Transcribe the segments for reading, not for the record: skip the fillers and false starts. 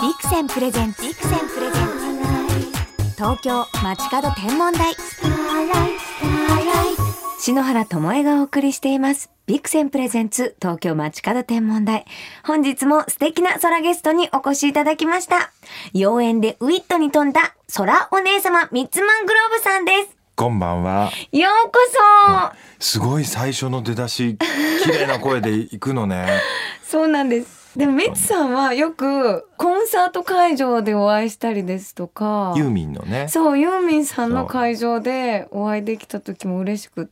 ビクセンプレゼンツ東京街角天文台、篠原智恵がお送りしていますビクセンプレゼンツ東京街角天文台。本日も素敵な空ゲストにお越しいただきました。妖艶でウィットに富んだ空お姉様ミッツマングローブさんです。 こんばんは。 ようこそ。 すごい最初の出だし綺麗な声で行くのね。 そうなんです。でもミッツさんはよくコンサート会場でお会いしたりですとか、 ユーミンのね、 そうユーミンさんの会場でお会いできた時も嬉しくって、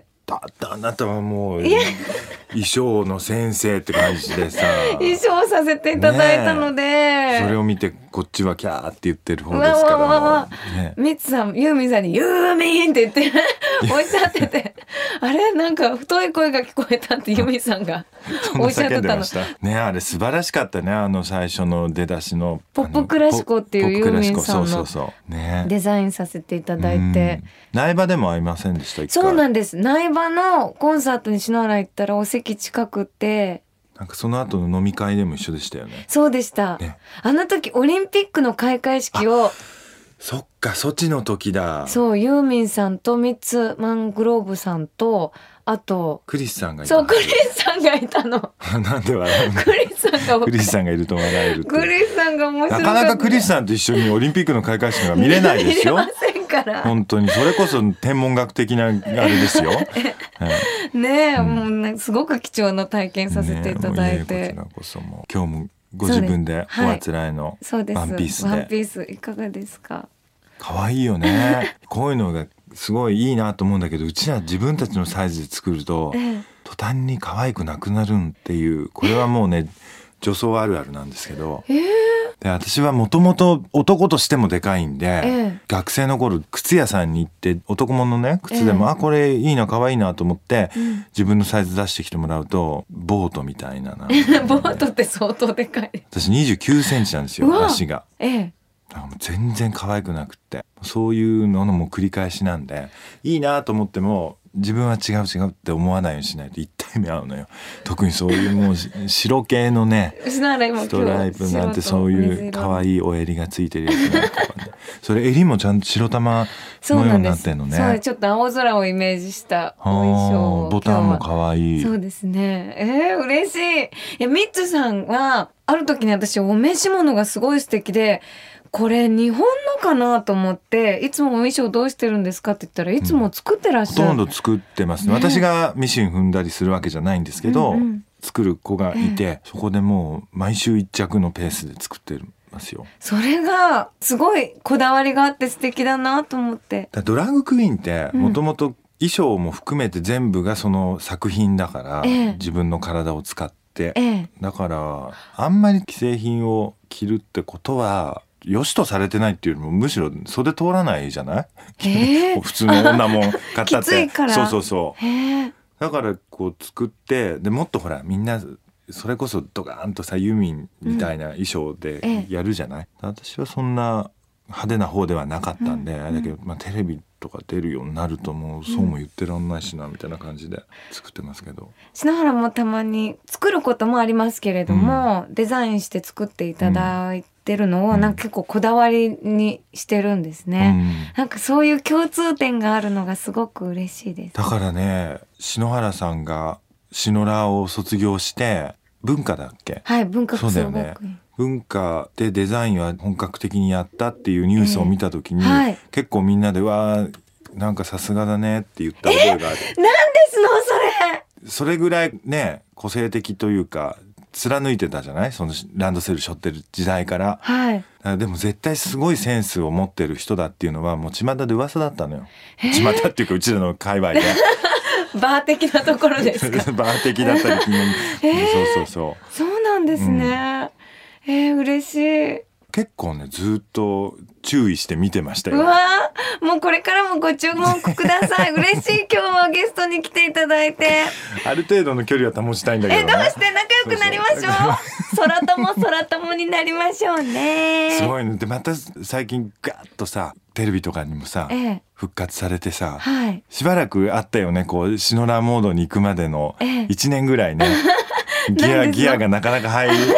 だってあなたはもう衣装の先生って感じでさ衣装させていただいたので、 それを見てこっちはキャーって言ってる方ですからね。 ミッツさんユーミンさんにユーミンって言っておっしゃっててあれなんか太い声が聞こえたってユーミンさんがおっしゃってたのね。あれ素晴らしかったね。あの最初の出だしのポップクラシコっていうユーミンさんのね、 デザインさせていただいて、 苗場でも会いませんでした？ そうなんです。苗場のコンサートに篠原行ったらお席近くて、 なんかその後の飲み会でも一緒でしたよね。 そうでした、ね、あの時オリンピックの開会式を、 そっか、そっちの時だ。 そうユーミンさんとミッツマングローブさんとあとクリスさんがいた。 そうクリスさんがいたのなんで笑うの？ クリスさんがいると笑える。 クリスさんが面白かった。 なかなかクリスさんと一緒にオリンピックの開会式が見れないですよ。 見れませんから。本当にそれこそ天文学的なあれですよ。 ねえ、もうね、すごく貴重な体験させていただいて、 こちらこそも今日もご自分でおあつらいのワンピースで、 ワンピースいかがですか？ 可愛いよね。こういうのがすごいいいなと思うんだけど、うちら自分たちのサイズで作ると、途端に可愛くなくなるっていう、これはもうね女装あるあるなんですけど、で私はもともと男としてもでかいんで、学生の頃靴屋さんに行って男物のね靴でも、あこれいいな可愛いなと思って、自分のサイズ出してきてもらうとボートみたいなボートって相当でかい。 私29センチなんですよ、足が。全然可愛くなくって、そういうのも繰り返しなんで、いいなと思っても自分は違うって思わないようにしないと一体目合うのよ。特にそういうもう白系のねストライプなんて、そういう可愛いお襟がついてるやつなんかね、それ襟もちゃんと白玉のようになってんのね。 そうちょっと青空をイメージしたお衣装。 ボタンも可愛い。 そうですね。嬉しい。いやミッツさんはある時に私お召し物がすごい素敵で、これ日本のかなと思って、いつもお衣装どうしてるんですかって言ったら、いつも作ってらっしゃる、 ほとんど作ってますね。私がミシン踏んだりするわけじゃないんですけど、作る子がいて、そこでもう毎週一着のペースで作ってますよ。 それがすごいこだわりがあって素敵だなと思って。 ドラァグクイーンってもともと衣装も含めて全部がその作品だから、自分の体を使って、だからあんまり既製品を着るってことは良しとされてないっていうよりも、むしろ袖通らないじゃない、普通の女も買ったって。 きついから。 そうだからこう作って、でもっとほらみんなそれこそドカーンとさユーミンみたいな衣装でやるじゃない、私はそんな派手な方ではなかったんで、だけど、テレビとか出るようになるともうそうも言ってらんないしな、みたいな感じで作ってますけど。 篠原もたまに作ることもありますけれども、デザインして作っていただいてるのを、なんか結構こだわりにしてるんですね、なんかそういう共通点があるのがすごく嬉しいです。 だからね、篠原さんがシノラを卒業して文化だっけ？ はい、文化服装学院。 そうだよね。文化でデザインは本格的にやったっていうニュースを見たときに、結構みんなでなんかさすがだねって言った覚えがある。 なんですのそれぐらいね個性的というか貫いてたじゃない、そのランドセル背負ってる時代から、でも絶対すごいセンスを持ってる人だっていうのはもう巷で噂だったのよ。巷っていうかうちらの界隈でバー的なところですか？ バー的だったり、 そうなんですね、嬉しい。 結構ねずっと注意して見てましたよ。 うわもうこれからもご注目ください。嬉しい。今日はゲストに来ていただいてある程度の距離は保ちたいんだけどね。 どうして仲良くなりましょう。空友になりましょうね。 すごいね。でまた最近ガッとさテレビとかにもさ、復活されてさ、しばらくあったよね、こうシノラーモードに行くまでの1年ぐらいね、ギアがなかなか入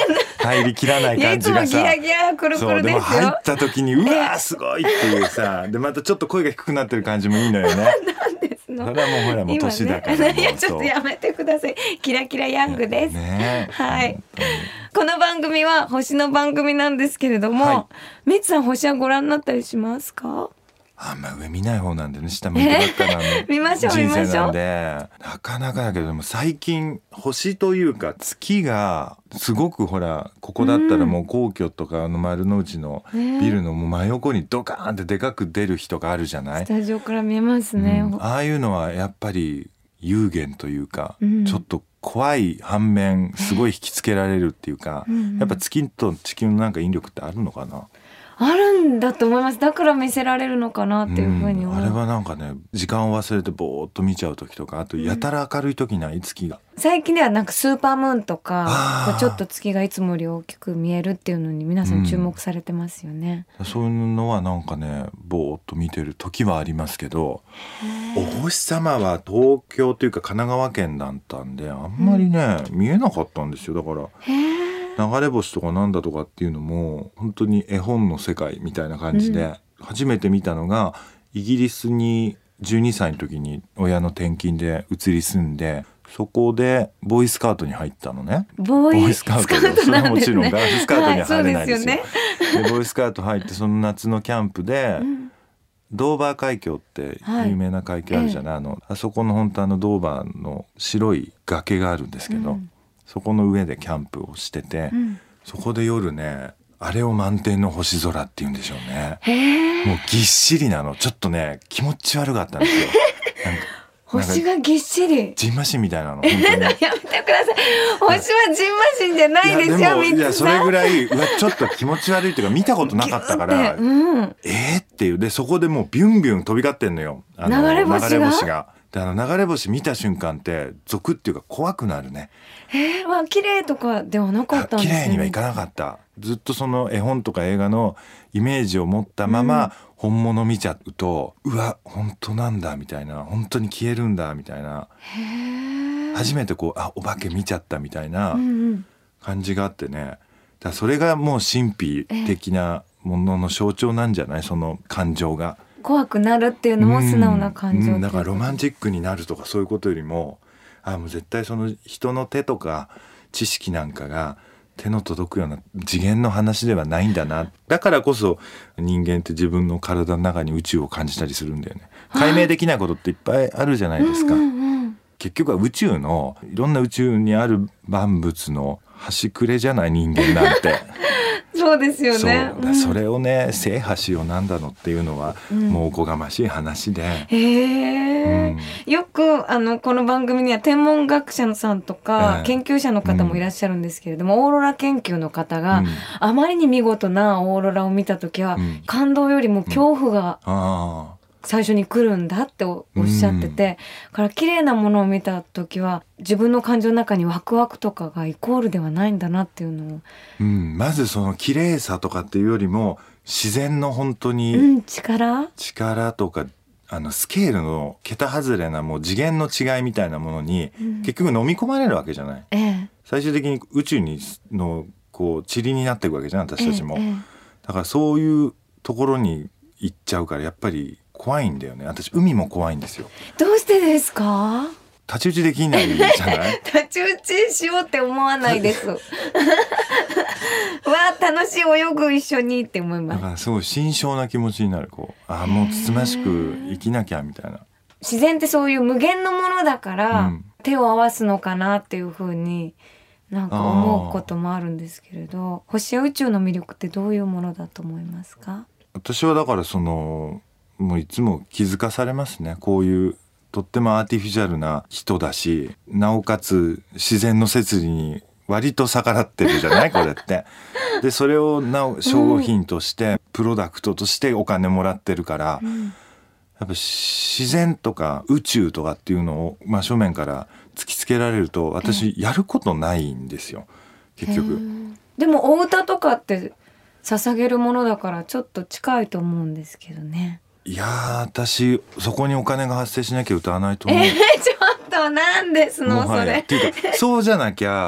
入りきらない感じがさ、 いつもギラギラくるくるですよ。 そうでも入った時にうわーすごいっていうさ、でまたちょっと声が低くなってる感じもいいのよね。 なんですの。 それはもうほらもう年だからもう、 いやちょっとやめてください。キラキラヤングです。 ね、 はい。この番組は星の番組なんですけれども、 はみつさん星はご覧になったりしますか？ あんま上見ない方なんでね、下向いてばっかなの見ましょう人生なんで、なかなかだけど、でも最近星というか月がすごくほら、ここだったらもう皇居とか丸の内のビルのもう真横にドカーンってでかく出る日とかあるじゃない。 スタジオから見えますね、 ああいうのはやっぱり有限というか、ちょっと怖い反面すごい引きつけられるっていうか、やっぱ月と地球のなんか引力ってあるのかな。 あるんだと思います。だから見せられるのかなっていうふうに思う、 あれはなんかね、時間を忘れてぼーっと見ちゃう時とか、あとやたら明るい時ない月が、 最近ではなんかスーパームーンとかあーこうちょっと月がいつもより大きく見えるっていうのに皆さん注目されてますよね、 そういうのはなんかねぼーっと見てる時はありますけど、お星様は東京というか神奈川県だったんであんまりね、見えなかったんですよ。だから流れ星とかなんだとかっていうのも本当に絵本の世界みたいな感じで、初めて見たのがイギリスに12歳の時に親の転勤で移り住んで、そこでボーイスカウトに入ったのね。 ボーイスカウトで、それはもちろんガールスカウトには入れないですよ。 はい、そうですよね。 でボーイスカウト入ってその夏のキャンプで、ドーバー海峡って有名な海峡あるじゃない、あそこの本当ドーバーの白い崖があるんですけど、そこの上でキャンプをしてて、そこで夜ねあれを満天の星空っていうんでしょうね。もうぎっしりなの。ちょっとね気持ち悪かったんですよ。 星がぎっしり。 ジンマシンみたいなの。本当にやめてください。星はジンマシンじゃないですよ。 いやそれぐらいちょっと気持ち悪いっていうか見たことなかったから、っていうで、そこでもうビュンビュン飛び交ってんのよ。流れ星が。で流れ星見た瞬間ってゾクっていうか怖くなるね。 綺麗とかではなかったんですね。 綺麗にはいかなかった。ずっとその絵本とか映画のイメージを持ったまま本物見ちゃうと、うわ本当なんだみたいな、本当に消えるんだみたいな、初めてこうお化け見ちゃったみたいな感じがあってね。だからそれがもう神秘的なものの象徴なんじゃない、その感情が。 怖くなるっていうのも素直な感情、 だからロマンチックになるとかそういうことよりも、もう絶対その人の手とか知識なんかが手の届くような次元の話ではないんだな。だからこそ人間って自分の体の中に宇宙を感じたりするんだよね。解明できないことっていっぱいあるじゃないですか、結局は宇宙のいろんな宇宙にある万物の端くれじゃない人間なんて。 そうですよね。 それをね制覇しようなんだのっていうのは、もうおこがましい話で、 よくこの番組には天文学者さんとか、研究者の方もいらっしゃるんですけれども、オーロラ研究の方が、あまりに見事なオーロラを見た時は、感動よりも恐怖が最初に来るんだっておっしゃってて、から綺麗なものを見た時は自分の感情の中にワクワクとかがイコールではないんだなっていうのを、 まずその綺麗さとかっていうよりも自然の本当に、力とかスケールの桁外れなもう次元の違いみたいなものに、結局飲み込まれるわけじゃない、最終的に宇宙のこう塵になっていくわけじゃない私たちも、だからそういうところに行っちゃうからやっぱり怖いんだよね。私海も怖いんですよ。 どうしてですか？ 太刀打ちできないじゃない太刀打ちしようって思わないですわあ楽しい泳ぐ一緒にって思います。 だからすごい心象な気持ちになる。こうもうつつましく生きなきゃみたいな。 自然ってそういう無限のものだから、手を合わすのかなっていう風になんか思うこともあるんですけれど、星や宇宙の魅力ってどういうものだと思いますか？ 私はだからもういつも気づかされますね。こういうとってもアーティフィシャルな人だし、なおかつ自然の摂理に割と逆らってるじゃないこれってでそれをなお商品として、プロダクトとしてお金もらってるから、やっぱ自然とか宇宙とかっていうのを真正面から突きつけられると私やることないんですよ結局。 でもお歌とかって捧げるものだからちょっと近いと思うんですけどね。 いや私そこにお金が発生しなきゃ歌わないと思う。 ちょっとなんですのそれ。 っていうかそうじゃなきゃ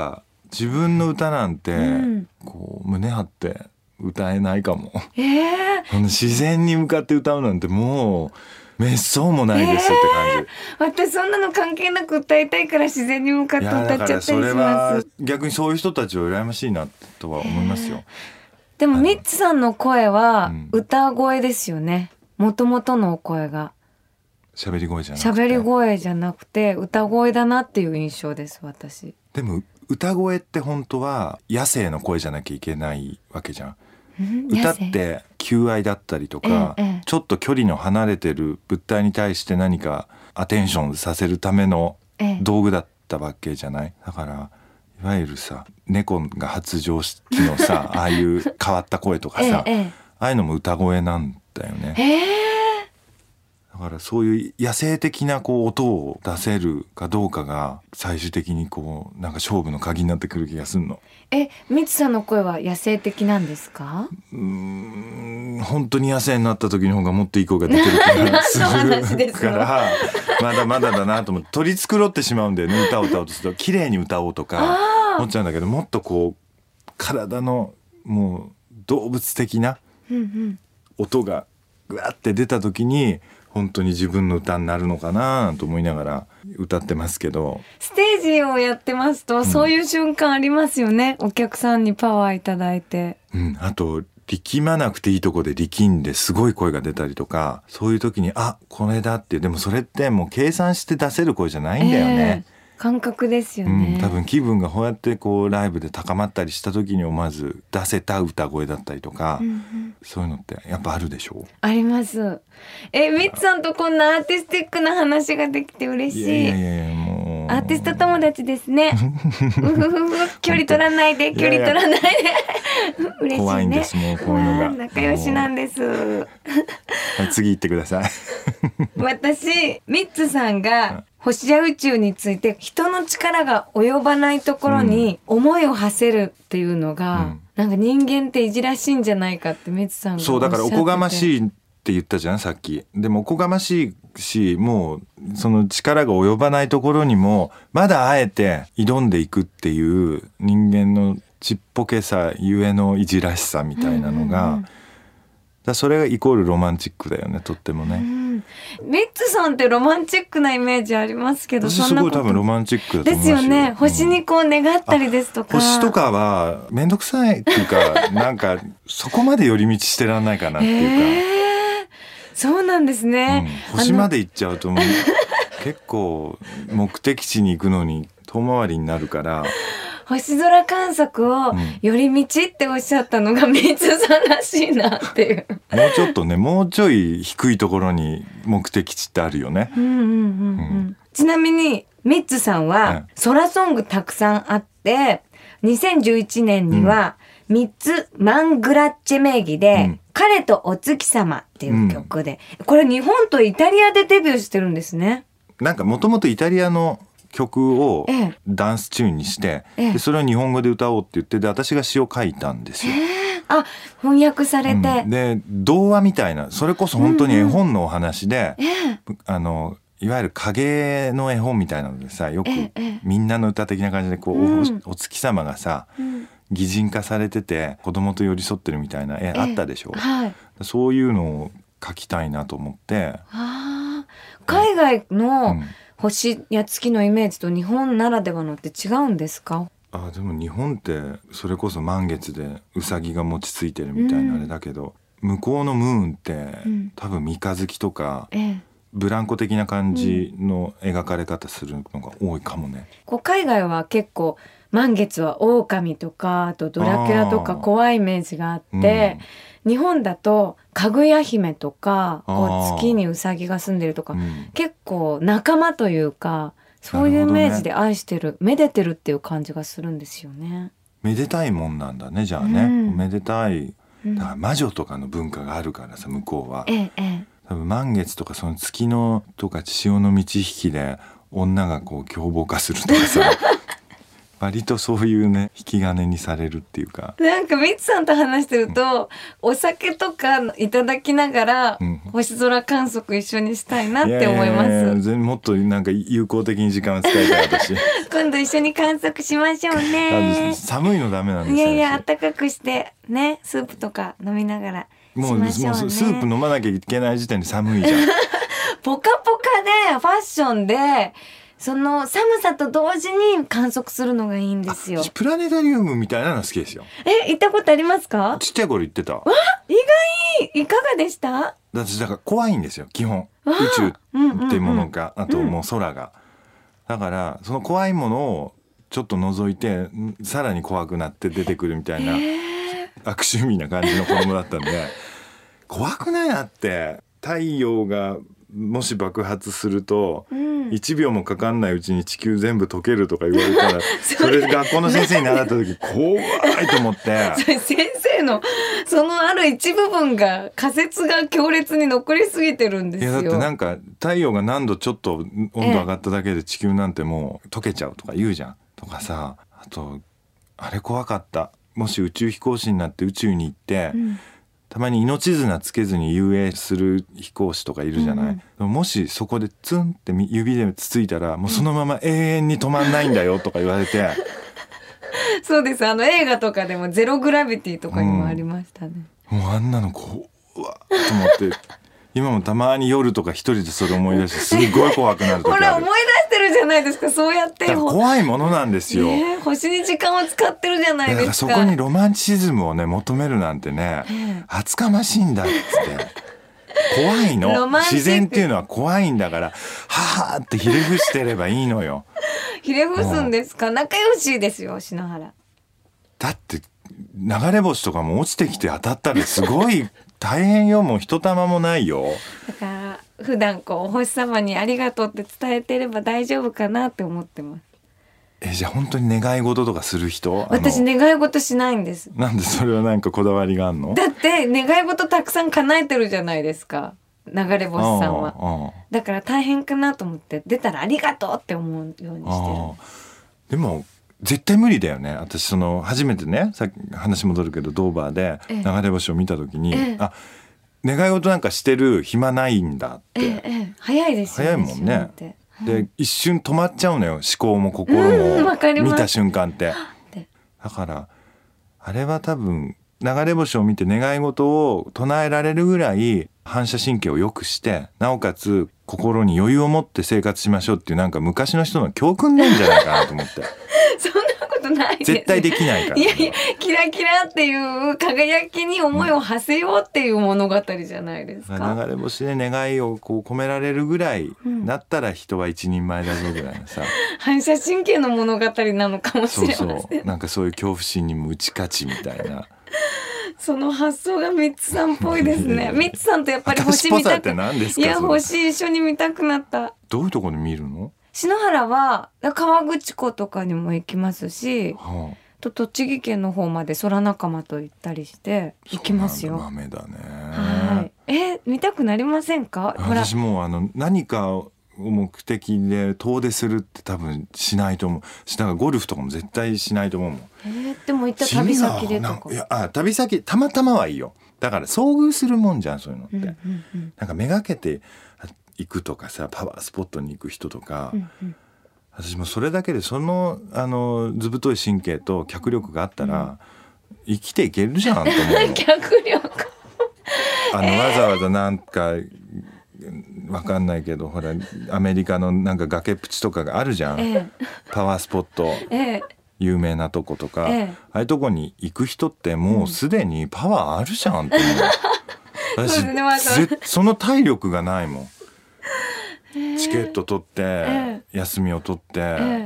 自分の歌なんて、 うん、 こう胸張って歌えないかも。 ー、 自然に向かって歌うなんてもうめっそうもないですって感じ。 私そんなの関係なく歌いたいから自然に向かって歌っちゃったりしそれます。 は逆にそういう人たちを羨ましいなとは思いますよ。 でもミッツさんの声はうん歌声ですよね。もともとのお声が喋り声じゃなくて。 喋り声じゃなくて歌声だなっていう印象です、私。 でも歌声って本当は野生の声じゃなきゃいけないわけじゃん。歌って求愛だったりとか、ちょっと距離の離れてる物体に対して何かアテンションさせるための道具だったわけじゃない。だからいわゆるさ、猫が発情期のさああいう変わった声とかさ、ああいうのも歌声なんだよね。だからそういう野生的なこう音を出せるかどうかが最終的にこうなんか勝負の鍵になってくる気がするの。 ミツさんの声は野生的なんですか？ 本当に野生になった時の方がもっといい声が出てる気がするからまだまだだなと思って取り繕ってしまうんだよね。歌を歌おうとすると綺麗に歌おうとか思っちゃうんだけど、もっとこう体のもう動物的な音がぐわって出た時に本当に自分の歌になるのかなと思いながら歌ってますけど、 ステージをやってますと、そういう瞬間ありますよね。お客さんにパワーいただいて、 あと力まなくていいとこで力んですごい声が出たりとか、そういう時にこれだっていう、でもそれってもう計算して出せる声じゃないんだよね。 感覚ですよね。 多分気分がこうやってこうライブで高まったりした時に思わず出せた歌声だったりとか、そういうのってやっぱあるでしょう。 あります。ミツさんとこんなアーティスティックな話ができて嬉しい。 いやもうアーティスト友達ですね。距離取らないで、距離取らないで。嬉しいね。 怖いんですもうこういうのが。 仲良しなんです。 次行ってください。 私ミッツさんが星や宇宙について人の力が及ばないところに思いを馳せるっていうのが、なんか人間っていじらしいんじゃないかってミッツさんがおっしゃってて。 そうだからおこがましいって言ったじゃんさっき。でもおこがましいし、もうその力が及ばないところにもまだあえて挑んでいくっていう人間のちっぽけさゆえのいじらしさみたいなのが、それがイコールロマンチックだよね、とってもね。 ミッツさんってロマンチックなイメージありますけど、 私すごい多分ロマンチックだと思いますよ。 ですよね。星にこう願ったりですとか、 星とかはめんどくさいっていうかなんかそこまで寄り道してらんないかなっていうか、 そうなんですね、 星まで行っちゃうともう結構目的地に行くのに遠回りになるから。 星空観測を寄り道っておっしゃったのがミッツさんらしいなっていう。 もうちょっとね、もうちょい低いところに目的地ってあるよね。 ちなみにミッツさんは空ソングたくさんあって、2011年には3つマングラッチェ名義で、彼とお月様っていう曲で、これ日本とイタリアでデビューしてるんですね。 なんかもともとイタリアの曲をダンスチューンにして、でそれを日本語で歌おうって言って、で私が詩を書いたんですよ。 翻訳されて、 で童話みたいな、それこそ本当に絵本のお話で、いわゆる影の絵本みたいなのでさ、よくみんなの歌的な感じでこう、お月様がさ、擬人化されてて子供と寄り添ってるみたいな絵あったでしょ、そういうのを描きたいなと思って。 海外の星や月のイメージと日本ならではのって違うんですか？ でも日本ってそれこそ満月でウサギが餅ついてるみたいなあれだけど、向こうのムーンって、多分三日月とか、ブランコ的な感じの描かれ方するのが多いかもね。 海外は結構満月は狼とか、あとドラキュラとか怖いイメージがあって、日本だとかぐや姫とか月にウサギが住んでるとか、結構仲間というかそういうイメージで愛してる、めでてるっていう感じがするんですよね。 めでたいもんなんだね、じゃあね、めでたい。だから魔女とかの文化があるからさ、向こうは、多分満月とかその月のとか潮の満ち引きで女がこう凶暴化するとかさ割とそういうね引き金にされるっていうか。 なんかミツさんと話してると、お酒とかいただきながら、 星空観測一緒にしたいなって思います。 もっとなんか有効的に時間を使いたい私今度一緒に観測しましょうね。 寒いのダメなんですよ。 いやいや、暖かくしてね、スープとか飲みながらしましょうね。 もうスープ飲まなきゃいけない時点で寒いじゃんポカポカでファッションでその寒さと同時に観測するのがいいんですよ。 プラネタリウムみたいなの好きですよ。 行ったことありますか？ ちっちゃい頃行ってた。 わ、意外。いかがでした？ だから怖いんですよ基本。宇宙っていうものが、あともう空が、だからその怖いものをちょっと覗いてさらに怖くなって出てくるみたいな悪趣味な感じの子供だったんで怖くないなって。太陽がもし爆発すると、1秒もかかんないうちに地球全部溶けるとか言われたらそれ学校の先生に習った時怖いと思ってそれ先生のそのある一部分が仮説が強烈に残りすぎてるんですよ。 いやだってなんか太陽が何度ちょっと温度上がっただけで地球なんてもう溶けちゃうとか言うじゃんとかさ。あとあれ怖かった。もし宇宙飛行士になって宇宙に行って、たまに命綱つけずに遊泳する飛行士とかいるじゃない、もしそこでツンって指でつついたらもうそのまま永遠に止まんないんだよとか言われてそうです。映画とかでもゼログラビティとかにもありましたね、 もうあんなの怖っと思って今もたまに夜とか一人でそれ思い出してすごい怖くなる時あるほら思い出してるじゃないですか。そうやって怖いものなんですよ、 星に時間を使ってるじゃないですか。 そこにロマンチシズムをね求めるなんてね、厚かましいんだっつって怖いの。自然っていうのは怖いんだからはーってひれ伏してればいいのよ。 ひれ伏すんですか？仲良しですよ篠原。 だって流れ星とかも落ちてきて当たったらすごい大変よ。もう一玉もないよ。 だから普段こうお星様にありがとうって伝えてれば大丈夫かなって思ってます。 じゃあ本当に願い事とかする人？ 私願い事しないんです。 なんでそれはなんかこだわりがあるの？だって願い事たくさん叶えてるじゃないですか流れ星さんは。だから大変かなと思って出たらありがとうって思うようにしてる。 でも絶対無理だよね。私その初めてね、さっき話戻るけどドーバーで流れ星を見た時に、あ、願い事なんかしてる暇ないんだって、 早いですよね。 早いもんね。で一瞬止まっちゃうのよ、思考も心も見た瞬間って。だからあれは多分流れ星を見て願い事を唱えられるぐらい反射神経を良くして、なおかつ心に余裕を持って生活しましょうっていうなんか昔の人の教訓なんじゃないかなと思ってそんなことないです。 絶対できないから、ね、 いやいやキラキラっていう輝きに思いを馳せようっていう物語じゃないですか、 流れ星で願いをこう込められるぐらいだったら人は一人前だぞぐらいのさ、 反射神経の物語なのかもしれません。 そうなんかそういう恐怖心にも打ち勝ちみたいなその発想がミッツさんっぽいですね。ミッツさんとやっぱり星見たく、いや星一緒に見たくなった。 どういうところで見るの？ 篠原は河口湖とかにも行きますし、と栃木県の方まで空仲間と行ったりして行きますよ。 豆だね。 はい。見たくなりませんか？ 私もう何かを目的で遠出するって多分しないと思う。だからゴルフとかも絶対しないと思うもん。 でも行った旅先でとか。 いや旅先たまたまはいいよ。だから遭遇するもんじゃんそういうのって。なんかめがけて行くとかさ、パワースポットに行く人とか、私もそれだけでそのずぶとい神経と脚力があったら、生きていけるじゃんと思う。 脚力わざわざなんかわかんないけどほらアメリカのなんか崖っぷちとかがあるじゃん、パワースポット、有名なとことか、ああいうとこに行く人ってもうすでにパワーあるじゃんって思う。私その体力がないもん。チケット取って、休みを取って、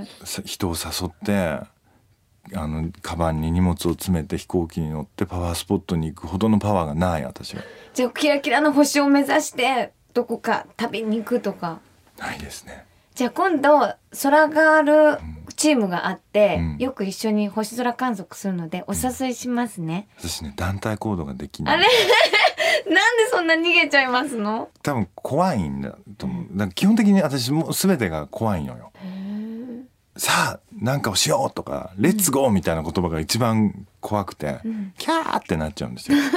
人を誘ってカバンに荷物を詰めて飛行機に乗ってパワースポットに行くほどのパワーがない私は。 じゃあキラキラの星を目指してどこか旅に行くとかないですね。 じゃあ今度空ガールチームがあって、よく一緒に星空観測するのでお誘いしますね。 私ね団体行動ができない。 あれなんでそんな逃げちゃいますの？ 多分怖いんだと思う。だから基本的に私も全てが怖いのよ。さあなんかをしようとかレッツゴーみたいな言葉が一番怖くて、キャーってなっちゃうんですよ。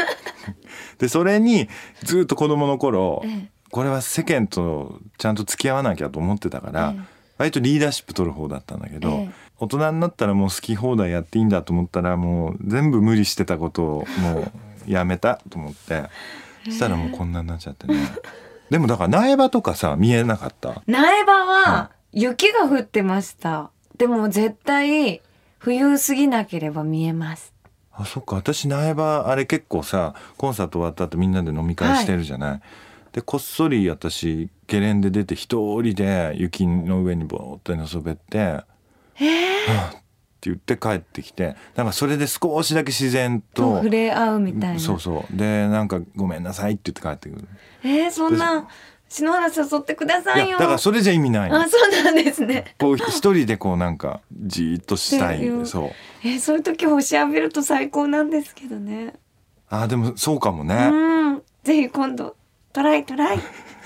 でそれにずっと子供の頃、 ええこれは世間とちゃんと付き合わなきゃと思ってたから、 ええ割とリーダーシップ取る方だったんだけど、 ええ大人になったらもう好き放題やっていいんだと思ったらもう全部無理してたことをもうやめたと思ってそしたらもうこんなになっちゃってね。でもだから苗場とかさ見えなかった？ 苗場は雪が降ってました。でも絶対冬過ぎなければ見えます。 あ、そっか。私苗場あれ結構さコンサート終わった後みんなで飲み会してるじゃない、でこっそり私ゲレンデ出て一人で雪の上にボーっと寝そべってはあって言って帰ってきて、なんかそれで少しだけ自然と触れ合うみたいな。 そうそうでなんかごめんなさいって言って帰ってくる。 そんな篠原誘ってくださいよ。 いやだからそれじゃ意味ないの。 あ、そうなんですね。 こう一人でこうなんかじーっとしたい。そうそういう時星浴びると最高なんですけどね。 あ、でもそうかもね。 ぜひ今度トライね、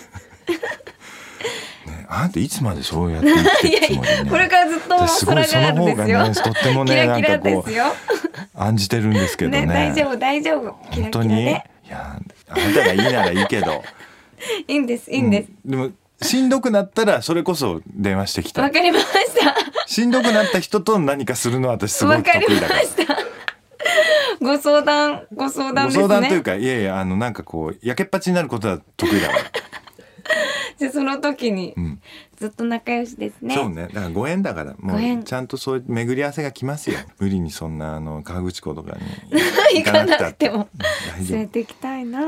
あなたいつまでそうやって生きていくつもりね。 これからずっと空があるんですよ。 その方がねとってもねキラキラですよ。 なんかこう案じてるんですけどね。 大丈夫大丈夫。キラキラで。 本当にいやあなたがいいならいいけどいいんですいいんです、 でもしんどくなったらそれこそ電話してきた。 わかりました。 しんどくなった人と何かするのは私すごい得意だから。 ご相談ですね。ご相談というかいやいやなんかこうやけっぱちになることは得意だから。 じゃあその時にずっと仲良しですね。 そうね。だからご縁だからもうちゃんとそういう巡り合わせが来ますよ。無理にそんな河口湖とかに行かなくても大丈夫。 連れて行きたいな。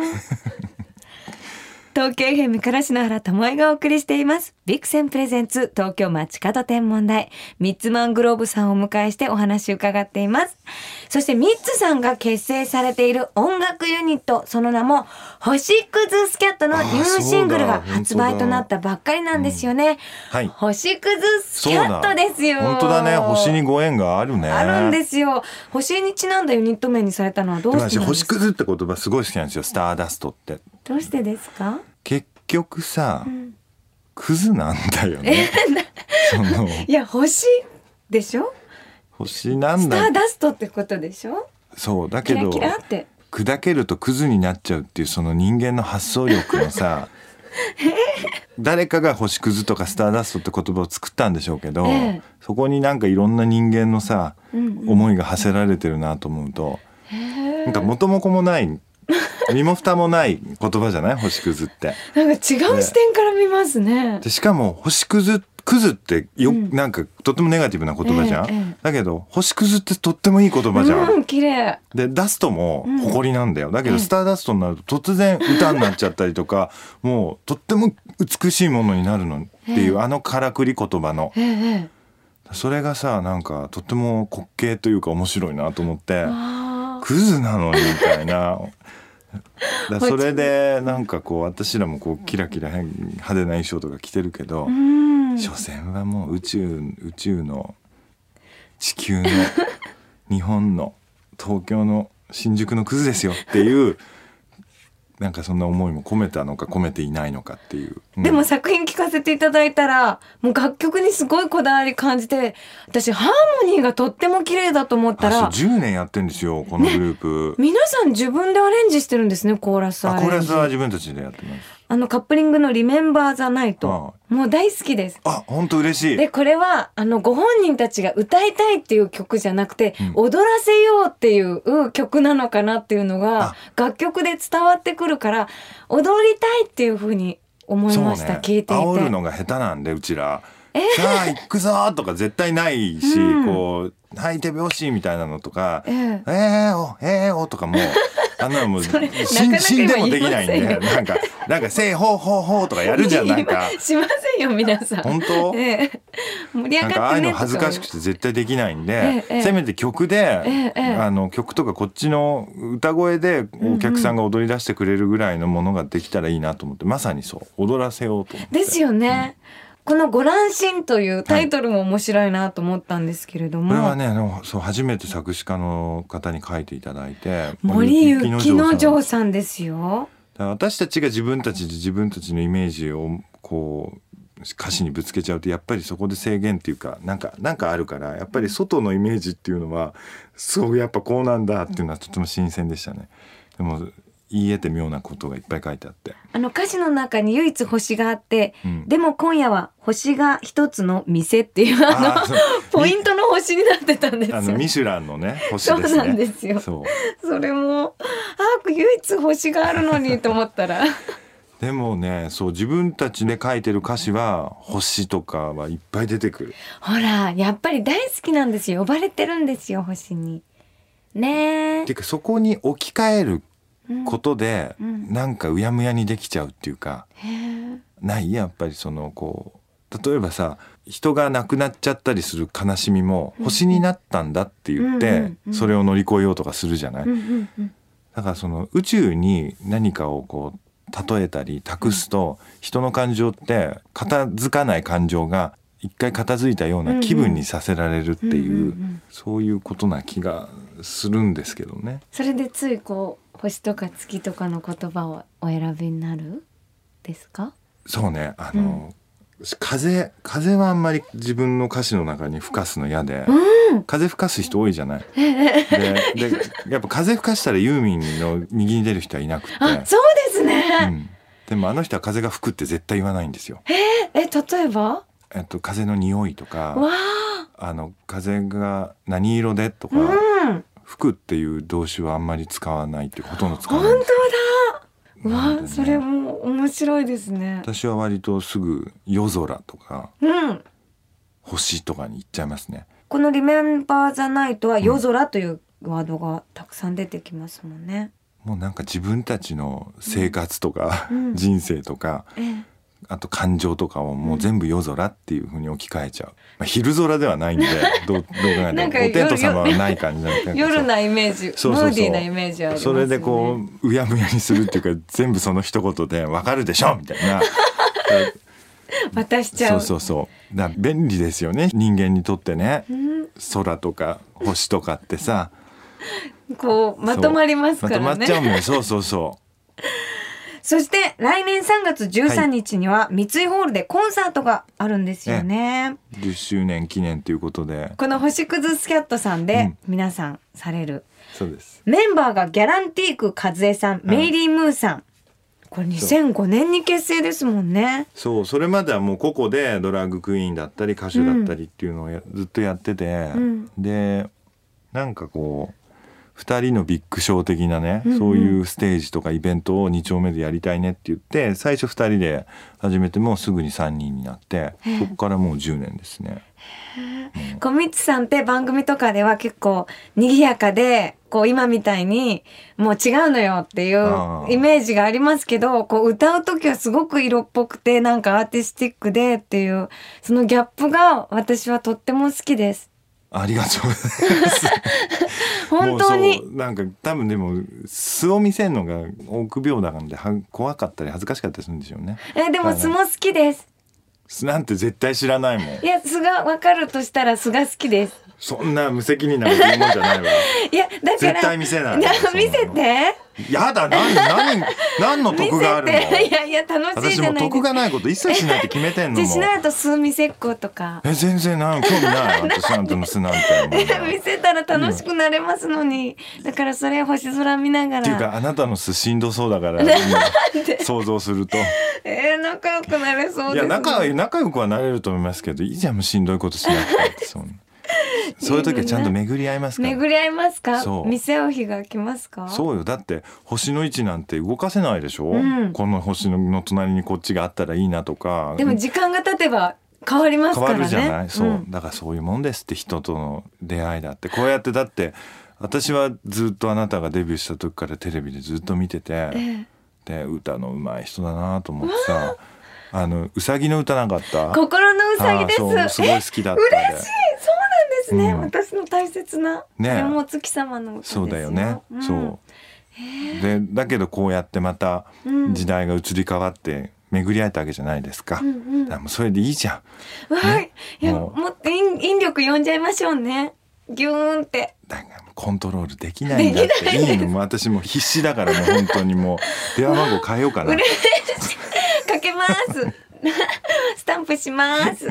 東京 FM から篠原智恵がお送りしていますビクセンプレゼンツ東京街角天文台、ミッツマングローブさんをお迎えしてお話を伺っています。そしてミッツさんが結成されている音楽ユニット、その名も星屑スキャットのニューシングルが発売となったばっかりなんですよね、 はい、 星屑スキャットですよ。 本当だね。星にご縁があるね。 あるんですよ。星にちなんだユニット名にされたのはどうしてなんですか？ 星屑って言葉すごい好きなんですよ。スターダストって。 どうしてですか？ 結局さ、クズなんだよね。 いや星でしょ。 星なんだ。 スターダストってことでしょ。 そうだけどキラキラって砕けるとクズになっちゃうっていうその人間の発想力のさ誰かが星屑とかスターダストって言葉を作ったんでしょうけど、そこになんかいろんな人間のさ、思いが馳せられてるなと思うと、なんか元も子もない身も蓋もない言葉じゃない星屑って。 なんか違う視点から見ますね。 でしかも星屑クズってなんかとってもネガティブな言葉じゃん、だけど星屑ってとってもいい言葉じゃん、 綺麗でダストも誇りなんだよ、だけどスターダストになると突然歌になっちゃったりとか、もうとっても美しいものになるのっていう、からくり言葉の、それがさなんかとっても滑稽というか面白いなと思って、クズなのにみたいなそれでなんかこう私らもこうキラキラ派手な衣装とか着てるけど、所詮はもう宇宙の地球の日本の東京の新宿のクズですよっていうなんかそんな思いも込めたのか込めていないのかっていう、 でも作品聴かせていただいたらもう楽曲にすごいこだわり感じて、私ハーモニーがとっても綺麗だと思ったら、 10年やってんですよこのグループ、 皆さん自分でアレンジしてるんですね。コーラスアレンジ。 コーラスは自分たちでやってます。 カップリングのリメンバーザナイト、もう大好きです。 本当嬉しい。 でこれはご本人たちが歌いたいっていう曲じゃなくて、踊らせようっていう曲なのかなっていうのが楽曲で伝わってくるから踊りたいっていう風に思いました、聞いていて。 煽るのが下手なんでうちら、さあ行くぞとか絶対ないし、こうはい手拍子みたいなのとか、おとかもあんなのもう死んでもできないんで、なんかせーほーほーほーとかやるじゃん、なんかしませんよ皆さん。 本当？ 盛り上がってねなんかああいうの恥ずかしくて絶対できないんで、せめて曲で、曲とかこっちの歌声でお客さんが踊り出してくれるぐらいのものができたらいいなと思って、まさにそう踊らせようと思って。 ですよね、このご乱心というタイトルも面白いなと思ったんですけれども、 これはねそう初めて作詞家の方に書いていただいて、 森幸之丞さんですよ。 私たちが自分たちのイメージをこう歌詞にぶつけちゃうとやっぱりそこで制限っていうかなんかあるから、やっぱり外のイメージっていうのはそうやっぱこうなんだっていうのはとても新鮮でしたね。でも言い得て妙なことがいっぱい書いてあって、 歌詞の中に唯一星があって、 うん、 でも今夜は星が一つの店っていうポイントの星になってたんですよ。 ミシュランのね星ですね。 そうなんですよ。それも唯一星があるのにと思ったらでもね、そう自分たちで書いてる歌詞は星とかはいっぱい出てくる。 ほらやっぱり大好きなんですよ。呼ばれてるんですよ、星にね。 ていうかそこに置き換えることで、なんかうやむやにできちゃうっていうか、ないやっぱりこう例えばさ、人が亡くなっちゃったりする悲しみも星になったんだって言って、それを乗り越えようとかするじゃない。だから宇宙に何かをこう例えたり託すと、人の感情って片付かない感情が一回片付いたような気分にさせられるっていう、そういうことな気がするんですけどね。 それでついこう星とか月とかの言葉をお選びになるですか？そうね、 風はあんまり自分の歌詞の中に吹かすの嫌で、風吹かす人多いじゃない。でやっぱ風吹かしたらユーミンの右に出る人はいなくて。 あ、そうですね、 でも人は風が吹くって絶対言わないんですよ。 例えば風の匂いとか、風が何色でとか、吹くっていう動詞はあんまり使わないっていう、ほとんど使わない。 本当だ。それも面白いですね。 私は割とすぐ夜空とか、星とかに行っちゃいますね。 このリメンバーザナイトは夜空というワードがたくさん出てきますもんね。 もうなんか自分たちの生活とか、人生とか、あと感情とかをもう全部夜空っていう風に置き換えちゃう。昼空ではないんでどう考えてもお天道様はない感じなんだけど、 夜なイメージ、ムーディーなイメージありますよね。 それでこううやむやにするっていうか全部その一言でわかるでしょみたいな渡しちゃう。 そうだから便利ですよね、人間にとってね。空とか星とかってさ、 こうまとまりますからね。 まとまっちゃうもん。そうそして来年3月13日には三井ホールでコンサートがあるんですよね。 10周年記念ということで、 この星屑スキャットさんで皆さんされる、 そうです。 メンバーがギャランティーク和江さん、メイリー・ムーさん。これ2005年に結成ですもんね。 そう、それまではもう個々でドラッグクイーンだったり歌手だったりっていうのをずっとやってて、でなんかこう2人のビッグショー的なね、そういうステージとかイベントを2丁目でやりたいねって言って、最初2人で始めてもうすぐに3人になって、そこからもう10年ですね。 小光さんって番組とかでは結構賑やかで、こう今みたいにもう違うのよっていうイメージがありますけど、こう歌う時はすごく色っぽくてなんかアーティスティックでっていう、そのギャップが私はとっても好きです。 ありがとうございます本当になんか多分でも素を見せるのが臆病だからで怖かったり恥ずかしかったりするんでしょうね。 でも素も好きです。 素なんて絶対知らないもん。 いや、素が分かるとしたら素が好きです。 そんな無責任なこと言うもんじゃないわいやだから絶対見せない。 見せて。 やだ、何の得があるの。 いや楽しいじゃないですか。 私も得がないこと一切しないって決めてんのも。 しないと素見せっことか。 全然興味ない私あんたの素なんて見せたら楽しくなれますのに、だからそれ星空見ながら。 っていうかあなたの素しんどそうだから想像すると仲良くなれそうです、ね。 いや仲良くはなれると思いますけど、いいじゃんもうしんどいことしなくてってそういう時はちゃんと巡り合いますから。 巡り合いますか。店を日が来ますか。 そうよ、だって星の位置なんて動かせないでしょ、この星の隣にこっちがあったらいいなとか。 でも時間が経てば変わりますからね。 変わるじゃない。そうだからそういうもんですって、人との出会いだって。こうやってだって私はずっとあなたがデビューした時からテレビでずっと見てて、で歌の上手い人だなと思ってさ、うさぎの歌なかった。 心のうさぎです。 そうすごい好きだった。 嬉しい。そうなんですね、私の大切なお月様の歌ですよ。 そうだよね、そうでだけどこうやってまた時代が移り変わって巡り合えたわけじゃないですか、だからもうそれでいいじゃん、 いやもっと引力呼んじゃいましょうね、ギューンって。 だからコントロールできないんだって。いいのも私も必死だからもう本当にもう電話番号変えようかな。 かけますスタンプします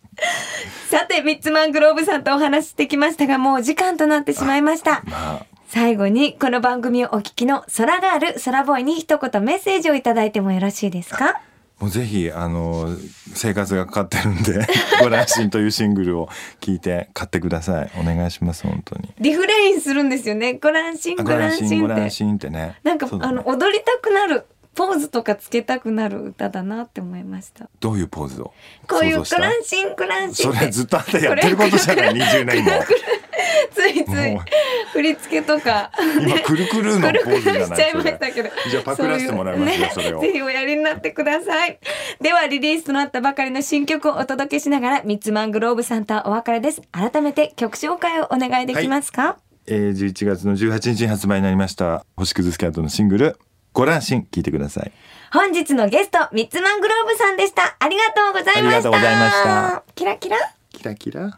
さてミッツマングローブさんとお話してきましたが、もう時間となってしまいました。 最後にこの番組をお聞きの空ガール、空ボーイに一言メッセージをいただいてもよろしいですか？ もうぜひ生活がかかってるんでご乱心というシングルを聞いて買ってください。お願いします。本当にリフレインするんですよね。ご乱心ご乱心ってご乱心ってね、 なんか、 そうだね、 踊りたくなるポーズとかつけたくなる歌だなって思いました。 どういうポーズをこういうご想像した？ 乱心ご乱心ってそれずっとあんたやってることじゃない。20年もついつい振り付けとか今くるくるのポーズじゃないしちゃいましたけど、 じゃあパクらせてもらいますよ、それをぜひおやりになってください。ではリリースとなったばかりの新曲をお届けしながらミッツマングローブさんとお別れです。改めて曲紹介をお願いできますか？ 11月の18日に発売になりました星屑スキャットのシングルご乱心聞いてください。 本日のゲストミッツマングローブさんでした。ありがとうございました。 ありがとうございました。 キラキラキラキラ。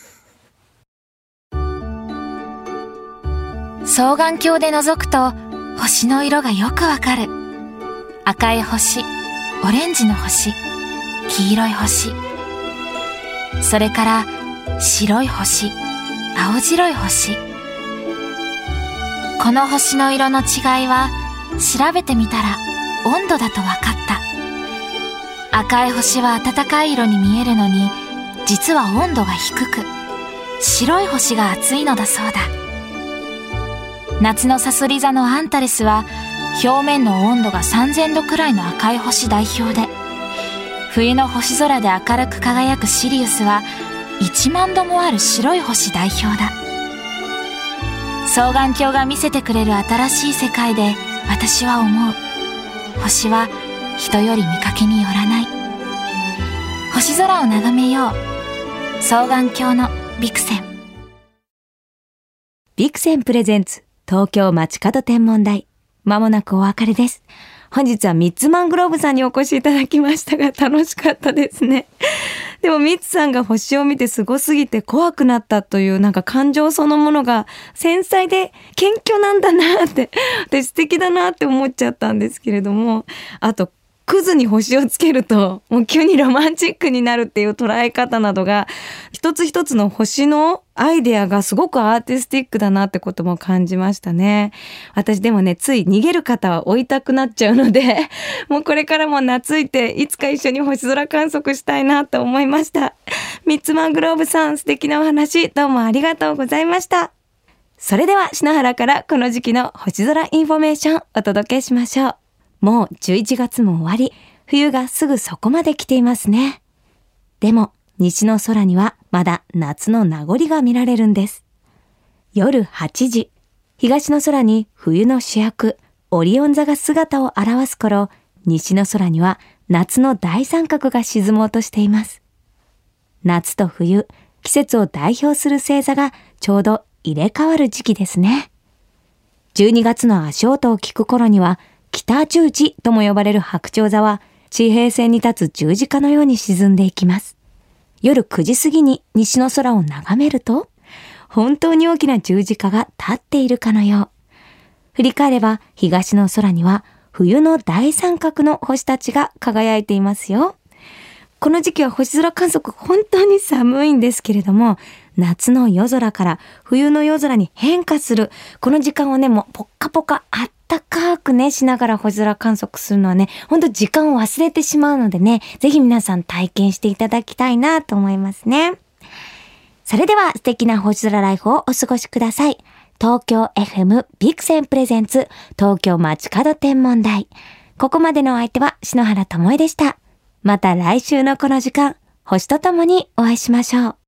双眼鏡で覗くと星の色がよくわかる。赤い星、オレンジの星、黄色い星、それから白い星、青白い星。この星の色の違いは調べてみたら温度だとわかった。赤い星は暖かい色に見えるのに実は温度が低く、白い星が熱いのだそうだ。夏のさそり座のアンタレスは表面の温度が3000度くらいの赤い星代表で、冬の星空で明るく輝くシリウスは1万度もある白い星代表だ。双眼鏡が見せてくれる新しい世界で私は思う。星は人より見かけによらない。星空を眺めよう。双眼鏡のビクセン。 ビクセンプレゼンツ東京街角天文台。まもなくお別れです。本日はミッツマングローブさんにお越しいただきましたが、楽しかったですね。でもミッツさんが星を見てすごすぎて怖くなったというなんか感情そのものが繊細で謙虚なんだなって、私素敵だなって思っちゃったんですけれども、あとクズに星をつけるともう急にロマンチックになるっていう捉え方などが、一つ一つの星のアイデアがすごくアーティスティックだなってことも感じましたね。私でもね、つい逃げる方は追いたくなっちゃうので、もうこれからも懐いていつか一緒に星空観測したいなと思いました。ミッツマングローブさん、素敵なお話どうもありがとうございました。それでは篠原からこの時期の星空インフォメーションお届けしましょう。もう11月も終わり、冬がすぐそこまで来ていますね。でも西の空にはまだ夏の名残が見られるんです。夜8時、東の空に冬の主役オリオン座が姿を現す頃、西の空には夏の大三角が沈もうとしています。夏と冬、季節を代表する星座がちょうど入れ替わる時期ですね。12月の足音を聞く頃には北十字とも呼ばれる白鳥座は地平線に立つ十字架のように沈んでいきます。夜9時過ぎに西の空を眺めると、本当に大きな十字架が立っているかのよう。振り返れば東の空には冬の大三角の星たちが輝いていますよ。この時期は星空観測本当に寒いんですけれども、夏の夜空から冬の夜空に変化するこの時間をね、もうポッカポカあったかくねしながら星空観測するのはね、本当時間を忘れてしまうのでね、ぜひ皆さん体験していただきたいなと思いますね。それでは素敵な星空ライフをお過ごしください。東京 FM ビクセンプレゼンツ東京街角天文台。ここまでのお相手は篠原ともえでした。また来週のこの時間、星とともにお会いしましょう。